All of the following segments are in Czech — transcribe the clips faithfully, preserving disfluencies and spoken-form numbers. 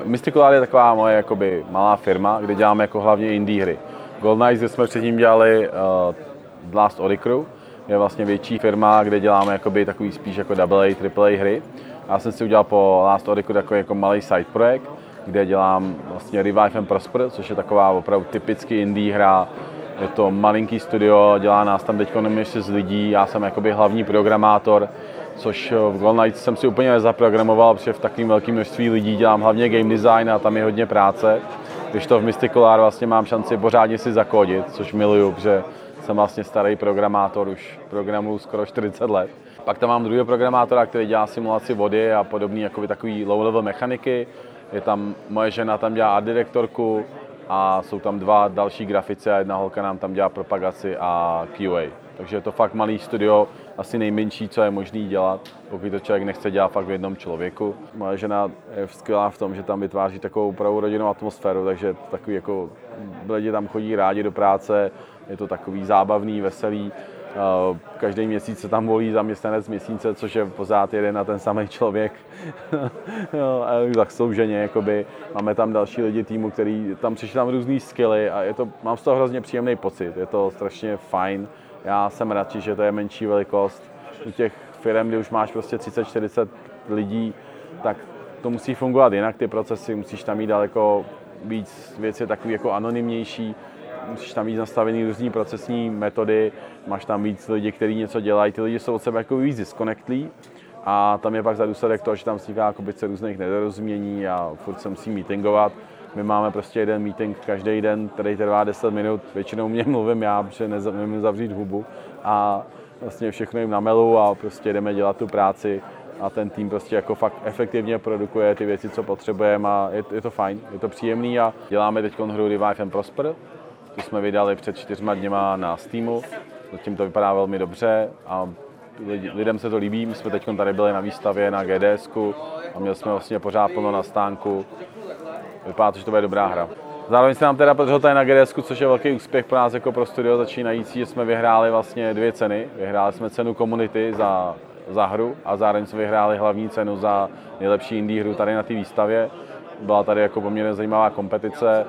Mystical je taková moje jakoby malá firma, kde děláme jako hlavně indie hry. Gold Knights, kde jsme předtím dělali uh, Last Oricru, je vlastně větší firma, kde děláme jakoby takový spíš jako double A, triple A hry. Já jsem si udělal po Last Oricru takový jako malý side projekt, kde dělám vlastně Revive and Prosper, což je taková opravdu typicky indie hra. Je to malinký studio, dělá nás tam teď jenom ještě z lidí, já jsem jakoby hlavní programátor, což v Gold Knights jsem si úplně nezaprogramoval, protože v takovém velkém množství lidí dělám hlavně game design a tam je hodně práce. Když to v Mystical vlastně mám šanci pořádně si zakódit, což miluju, protože jsem vlastně starý programátor, už programuju skoro čtyřicet let. Pak tam mám druhého programátora, který dělá simulaci vody a podobný jakoby takový low-level mechaniky. Je tam moje žena, tam dělá art direktorku a jsou tam dva další grafici a jedna holka nám tam dělá propagaci a Q A. Takže je to fakt malý studio, asi nejmenší, co je možný dělat, pokud to člověk nechce dělat fakt v jednom člověku. Moje žena je skvělá v tom, že tam vytváří takovou opravdu rodinnou atmosféru, takže takový jako lidi tam chodí rádi do práce, je to takový zábavný, veselý. Každý měsíc se tam volí zaměstnanec měsíce, což je pořád jeden a ten samý člověk. Zaslouženě, jakoby. Máme tam další lidi týmu, který tam přišli tam různý skilly a je to, mám z toho hrozně příjemný pocit, je to strašně fajn. Já jsem radši, že to je menší velikost. U těch firm, kdy už máš prostě třicet čtyřicet lidí, tak to musí fungovat jinak, ty procesy, musíš tam mít daleko víc věci takový jako anonymnější. Musíš tam mít nastavený různý procesní metody, máš tam víc lidí, kteří něco dělají, ty lidi jsou od sebe jako víc disconnectlí a tam je pak za důsledek toho, že tam vzniká jakoby různých nedorozumění a furt se musí meetingovat. My máme prostě jeden meeting každý den, který trvá deset minut, většinou mě mluvím já, protože nemůžu zavřít hubu a vlastně všechno jim namelu a prostě jdeme dělat tu práci a ten tým prostě jako fakt efektivně produkuje ty věci, co potřebujeme a je, je to fajn, je to příjemný a děláme teď hru Revive and Prosper. Tu jsme vydali před čtyřma dněma na Steamu, zatím to vypadá velmi dobře a lidem se to líbí. My jsme teď tady byli na výstavě na G D S ku a měli jsme vlastně pořád plno na stánku. Vypadá to, že to bude dobrá hra. Zároveň se nám teda podařilo tady na G D S ku, což je velký úspěch pro nás jako pro studio začínající, že jsme vyhráli vlastně dvě ceny. Vyhráli jsme cenu Community za, za hru a zároveň jsme vyhráli hlavní cenu za nejlepší indie hru tady na té výstavě. Byla tady jako poměrně zajímavá kompetice.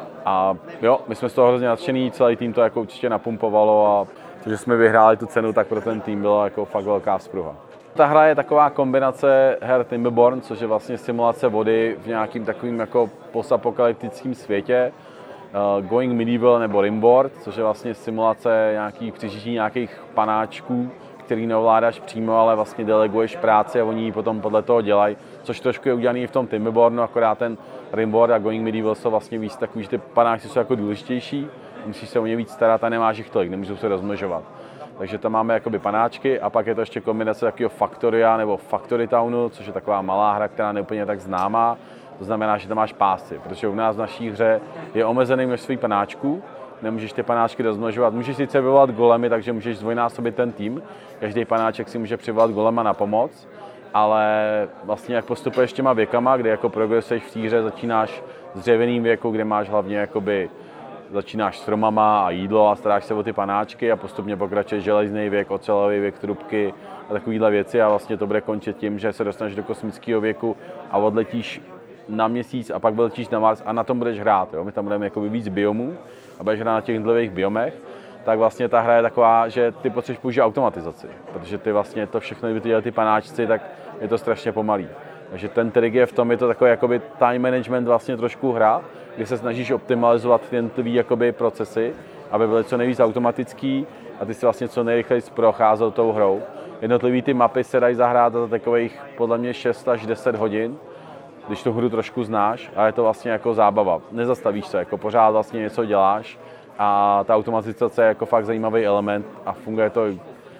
A jo, my jsme z toho hrozně nadšený, celý tým to jako určitě napumpovalo a to, že jsme vyhráli tu cenu, tak pro ten tým byla jako fakt velká vzpruha. Ta hra je taková kombinace her Timberborn, což je vlastně simulace vody v nějakým takovým jako postapokalyptickém světě. Uh, Going Medieval nebo Rimworld, což je vlastně simulace nějakých přežití nějakých panáčků, který neovládáš přímo, ale vlastně deleguješ práci a oni ji potom podle toho dělají, což trošku je udělaný i v tom Timberbornu, akorát ten Rimworld a Going Medieval jsou vlastně víc takový, že ty panáčky jsou jako důležitější, musíš se o ně víc starat a nemáš jich tolik, nemůžou se rozmnožovat. Takže tam máme jakoby panáčky a pak je to ještě kombinace takového Factoria nebo Factory Townu, což je taková malá hra, která není úplně tak známá. To znamená, že tam máš pásy, protože u nás v naší hře je omezený množství panáčků, nemůžeš ty panáčky rozmnožovat. Můžeš sice vyvolat golemy, takže můžeš zdvojnásobit ten tým. Každý panáček si může přivolat golema na pomoc, ale vlastně jak postupuješ těma věkama, kde jako progresuješ v té hře, začínáš s dřevěným věku, kde máš hlavně jakoby začínáš stromama a jídlo a staráš se o ty panáčky a postupně pokračuješ železný věk, ocelový věk, trubky a takovéhle věci a vlastně to bude končit tím, že se dostaneš do kosmického věku a odletíš na měsíc a pak vyletíš na Mars a na tom budeš hrát. Jo? My tam budeme jakoby víc biomů a budeš hrát na těch jednotlivých biomech, tak vlastně ta hra je taková, že ty potřebuješ použít automatizaci, protože ty vlastně to všechno, kdyby ty dělali ty panáčci, tak je to strašně pomalý. Takže ten trik je v tom, je to takový jakoby time management vlastně trošku hra, kdy se snažíš optimalizovat ty jednotlivé jakoby procesy, aby byly co nejvíc automatický a ty si vlastně co nejrychleji procházel tou hrou. Jednotlivé ty mapy se dají zahrát za takových podle mě šest až deset hodin, když tu hru trošku znáš, a je to vlastně jako zábava. Nezastavíš se, jako pořád vlastně něco děláš a ta automatizace je jako fakt zajímavý element a funguje to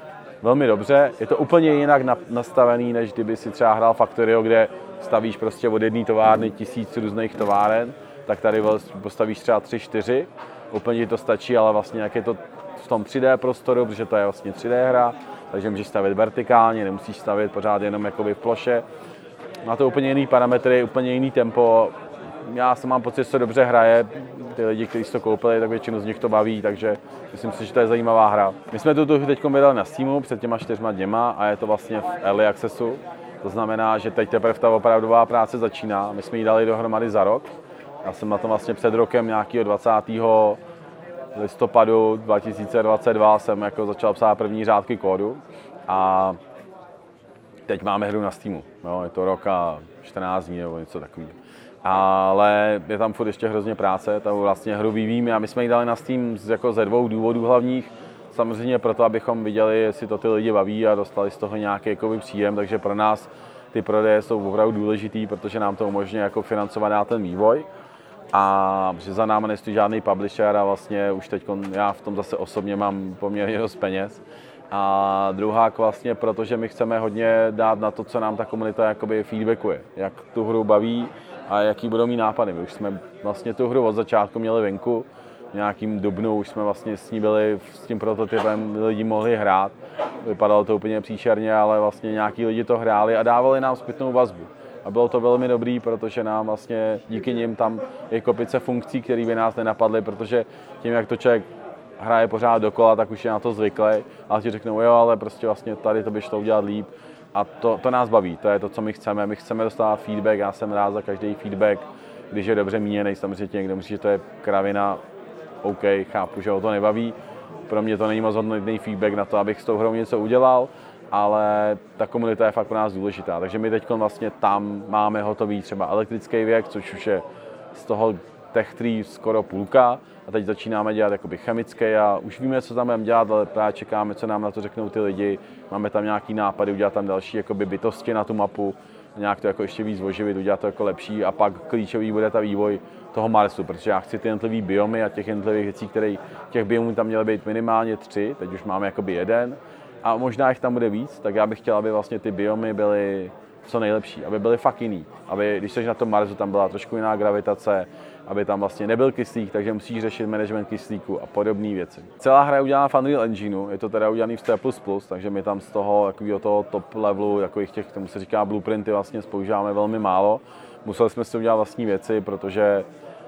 velmi dobře. Je to úplně jinak nastavený, než kdyby si třeba hrál Factorio, kde stavíš prostě od jedné továrny tisíc různých továren, tak tady postavíš třeba tři, čtyři, úplně ti to stačí, ale vlastně jak je to v tom tři dé prostoru, protože to je vlastně tři dé hra, takže můžeš stavět vertikálně, nemusíš stavět pořád jenom jakoby v ploše. Má to úplně jiný parametry, úplně jiný tempo. Já jsem mám pocit, že se dobře hraje. Ty lidi, kteří si to koupili, tak většinu z nich to baví, takže myslím si, že to je zajímavá hra. My jsme tu teď vydali na Steamu před těma čtyřma dněma a je to vlastně v Early Accessu. To znamená, že teď teprve ta opravdová práce začíná. My jsme ji dali dohromady za rok. Já jsem na tom vlastně před rokem nějakého dvacátého listopadu dva tisíce dvacet dva jsem jako začal psát první řádky kódu a teď máme hru na Steamu. Jo, je to rok a čtrnáct dní nebo něco takového. Ale je tam furt ještě hrozně práce, tam vlastně hru vyvíjíme a my jsme ji dali na Steam jako ze dvou důvodů hlavních. Samozřejmě proto, abychom viděli, jestli to ty lidi baví a dostali z toho nějaký jakoby příjem, takže pro nás ty prodeje jsou opravdu důležitý, protože nám to umožňuje jako financovat dál ten vývoj. A že za náma nestojí žádný publisher a vlastně už teď já v tom zase osobně mám poměrně dost peněz. A druhá vlastně, protože my chceme hodně dát na to, co nám ta komunita jakoby feedbackuje, jak tu hru baví a jaký budou mít nápady. My už jsme vlastně tu hru od začátku měli venku, v nějakým dubnu už jsme vlastně s ní byli, s tím prototypem lidi mohli hrát. Vypadalo to úplně příšerně, ale vlastně nějaký lidi to hráli a dávali nám zpětnou vazbu. A bylo to velmi dobrý, protože nám vlastně díky nim tam je kopice funkcí, které by nás nenapadly, protože tím, jak to člověk hraje pořád dokola, tak už je na to zvyklý. A ti řeknou, jo, ale prostě vlastně tady to by šlo udělat líp. A to, to nás baví, to je to, co my chceme. My chceme dostávat feedback, já jsem rád za každý feedback, když je dobře míněný. Samozřejmě někdo myslí, že to je kravina, OK, chápu, že ho to nebaví. Pro mě to není moc hodnotný feedback na to, abych s tou hrou něco udělal, ale ta komunita je fakt pro nás důležitá. Takže my teď vlastně tam máme hotový třeba elektrický věk, což už je z toho Tech tři skoro půlka. A teď začínáme dělat jakoby chemický a už víme, co tam budeme dělat, ale právě čekáme, co nám na to řeknou ty lidi. Máme tam nějaký nápady, udělat tam další jakoby bytosti na tu mapu, nějak to jako ještě víc oživit, udělat to jako lepší a pak klíčový bude ta vývoj toho Marsu, protože já chci ty jednotlivý biomy a těch jednotlivých věcí, které těch biomů tam měly být minimálně tři, teď už máme jakoby jeden a možná jich tam bude víc, tak já bych chtěl, aby vlastně ty biomy byly co nejlepší, aby byly fakt jiný, aby když jsi na tom Marsu, tam byla trošku jiná gravitace, aby tam vlastně nebyl kyslík, takže musíš řešit management kyslíku a podobné věci. Celá hra je udělána v Unreal Engineu, je to teda udělaný v C plus plus, takže my tam z toho takového toho top levelu, takových těch, tomu se říká blueprinty, vlastně používáme velmi málo. Museli jsme si udělat vlastní věci, protože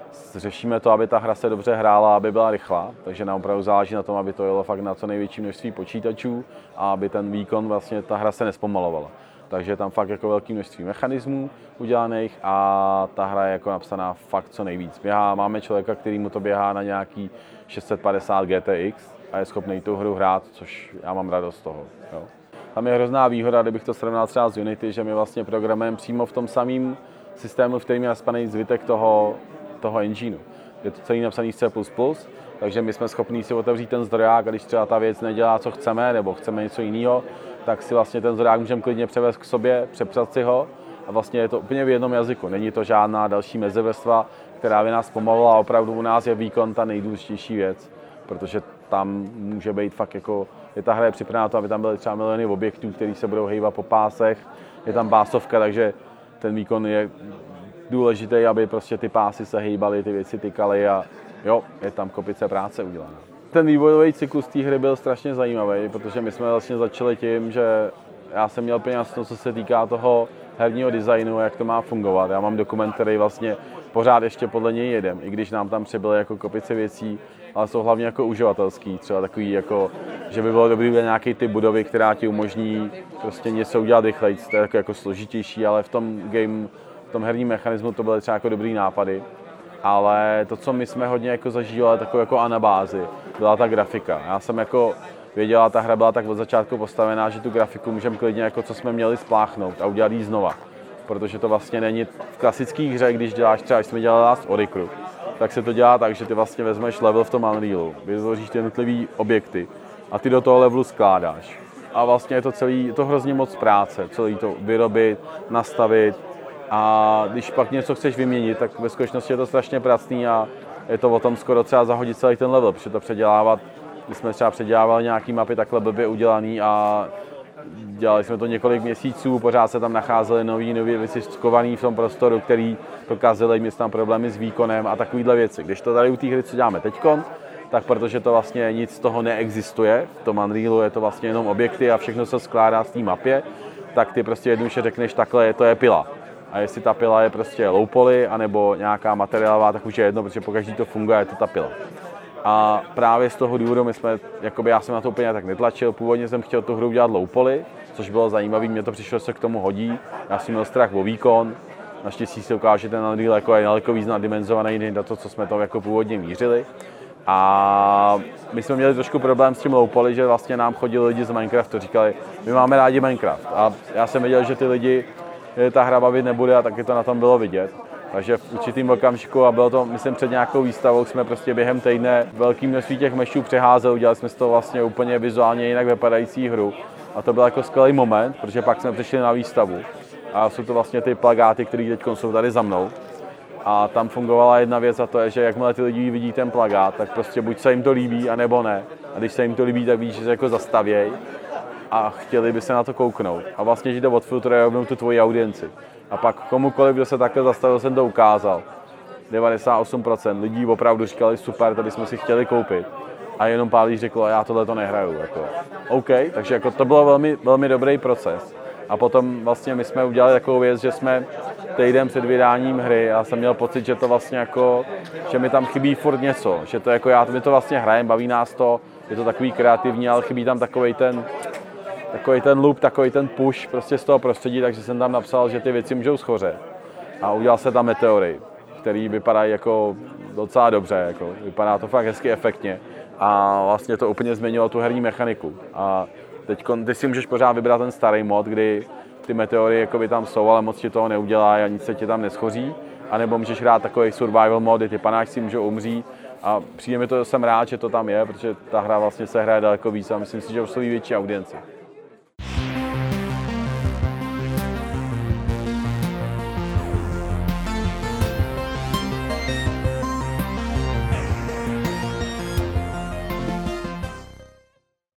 řešíme to, aby ta hra se dobře hrála, aby byla rychlá, takže nám opravdu záleží na tom, aby to jelo fakt na co největší množství počítačů a aby ten výkon, vlastně ta hra se nespomalovala. Takže je tam fakt jako velké množství mechanismů udělaných a ta hra je jako napsaná fakt co nejvíc. Běhá, máme člověka, který mu to běhá na nějaký šest set padesát G T X a je schopný tu hru hrát, což já mám radost z toho. Jo. Tam je hrozná výhoda, kdybych to srovnal třeba s Unity, že my vlastně programujeme přímo v tom samém systému, v kterém je naspaný zbytek toho, toho engineu. Je to celý napsaný v C plus plus, takže my jsme schopní si otevřít ten zdroják a když třeba ta věc nedělá, co chceme, nebo chceme něco jiného, tak si vlastně ten zdroják můžeme klidně převést k sobě, přepsat si ho a vlastně je to úplně v jednom jazyku. Není to žádná další mezivrstva, která by nás pomohla a opravdu u nás je výkon ta nejdůležitější věc, protože tam může být fakt jako, je ta hra je připravená na to, aby tam byly třeba miliony objektů, které se budou hejbat po pásech, je tam básovka, takže ten výkon je důležitý, aby prostě ty pásy se hejbaly, ty věci tykaly a jo, je tam kopice práce udělaná. Ten vývojový cyklus té hry byl strašně zajímavý, protože my jsme vlastně začali tím, že já jsem měl úplně jasno, co se týká toho herního designu, jak to má fungovat. Já mám dokument, který vlastně pořád ještě podle něj jedem, i když nám tam přibyly jako kopice věcí, ale jsou hlavně jako uživatelský, třeba takový jako, že by bylo dobrý udělat nějaký typ budovy, která ti umožní prostě něco udělat rychleji, to je jako, jako složitější, ale v tom game, v tom herním mechanismu to byly třeba jako dobrý nápady. Ale to, co my jsme hodně jako zažívali, takovou jako anabázi, byla ta grafika. Já jsem jako věděla, ta hra byla tak od začátku postavená, že tu grafiku můžeme klidně jako co jsme měli spláchnout a udělat ji znova. Protože to vlastně není v klasické hře, když děláš třeba, když jsme dělali Last Oricru, tak se to dělá tak, že ty vlastně vezmeš level v tom Unrealu, vytvoříš ty jednotlivý objekty a ty do toho levelu skládáš. A vlastně je to celý, je to hrozně moc práce, celý to vyrobit, nastavit. A když pak něco chceš vyměnit, tak ve skutečnosti je to strašně pracný a je to o tom skoro třeba zahodit celý ten level, protože to předělávat, když jsme třeba předělávali nějaký mapy takhle blbě udělaný a dělali jsme to několik měsíců, pořád se tam nacházely nový, nový věci skovaný v tom prostoru, který dokázali mít tam problémy s výkonem a takovýhle věci. Když to tady u té hry, co děláme teďkon, tak protože to vlastně nic z toho neexistuje, v tom Unrealu je to vlastně jenom objekty a všechno se skládá z té mapě, tak ty prostě jednoduše řekneš takhle, to je pila. A jestli ta pila je prostě low poly, anebo nějaká materiálová, tak už je jedno, protože pokaždý to funguje, je to ta pila. A právě z toho důvodu my jsme, jakoby já jsem na to úplně tak netlačil, původně jsem chtěl tu hru udělat low poly, což bylo zajímavé, mně to přišlo, že se k tomu hodí. Já jsem měl strach o výkon, naštěstí se ukáže, že ten Unreal jako je daleko víc nadimenzovaný než na to, co jsme tam jako původně mířili. A my jsme měli trošku problém s tím low poly, že vlastně nám chodili lidi z Minecraftu, říkali, my máme rádi Minecraft. A já jsem věděl, že ty lidi ta hra bavit nebude a taky to na tom bylo vidět. Takže v určitým okamžiku, a bylo to, myslím, před nějakou výstavou, jsme prostě během týdne velký množství těch mešů přeházeli, udělali jsme z toho vlastně úplně vizuálně jinak vypadající hru. A to byl jako skvělý moment, protože pak jsme přišli na výstavu. A jsou to vlastně ty plakáty, které teď jsou tady za mnou. A tam fungovala jedna věc a to je, že jakmile ty lidi vidí ten plakát, tak prostě buď se jim to líbí, anebo ne. A když se jim to líbí, tak víš, že se jako zastavějí a chtěli by se na to kouknout. A vlastně, že to odfiltruje rovnou tu tvoji audienci. A pak komukoliv, kdo se takhle zastavil, jsem to ukázal. devadesát osm procent lidí opravdu říkali super, tady jsme si chtěli koupit. A jenom pár lidí řeklo, já tohle to nehraju. Jako. OK, takže jako to bylo velmi, velmi dobrý proces. A potom vlastně my jsme udělali takovou věc, že jsme týden před vydáním hry, já jsem měl pocit, že to vlastně jako, že mi tam chybí furt něco, že to jako já, my to vlastně hrajem, baví nás to, je to takový kreativní, ale chybí tam takovej ten, takový ten loop, takový ten push prostě z toho prostředí, takže jsem tam napsal, že ty věci můžou schořet. A udělal se tam meteory, který vypadají jako docela dobře, jako, vypadá to fakt hezky efektně. A vlastně to úplně změnilo tu herní mechaniku. A teď ty si můžeš pořád vybrat ten starý mod, kdy ty meteory jakoby tam jsou, ale moc ti toho neudělá a nic se ti tam neschoří. A nebo můžeš hrát takový survival mod, kdy ty panáčci můžou umřít. A přijde mi to, jsem rád, že to tam je, protože ta hra vlastně se hraje daleko víc a myslím si, že osloví větší audienci.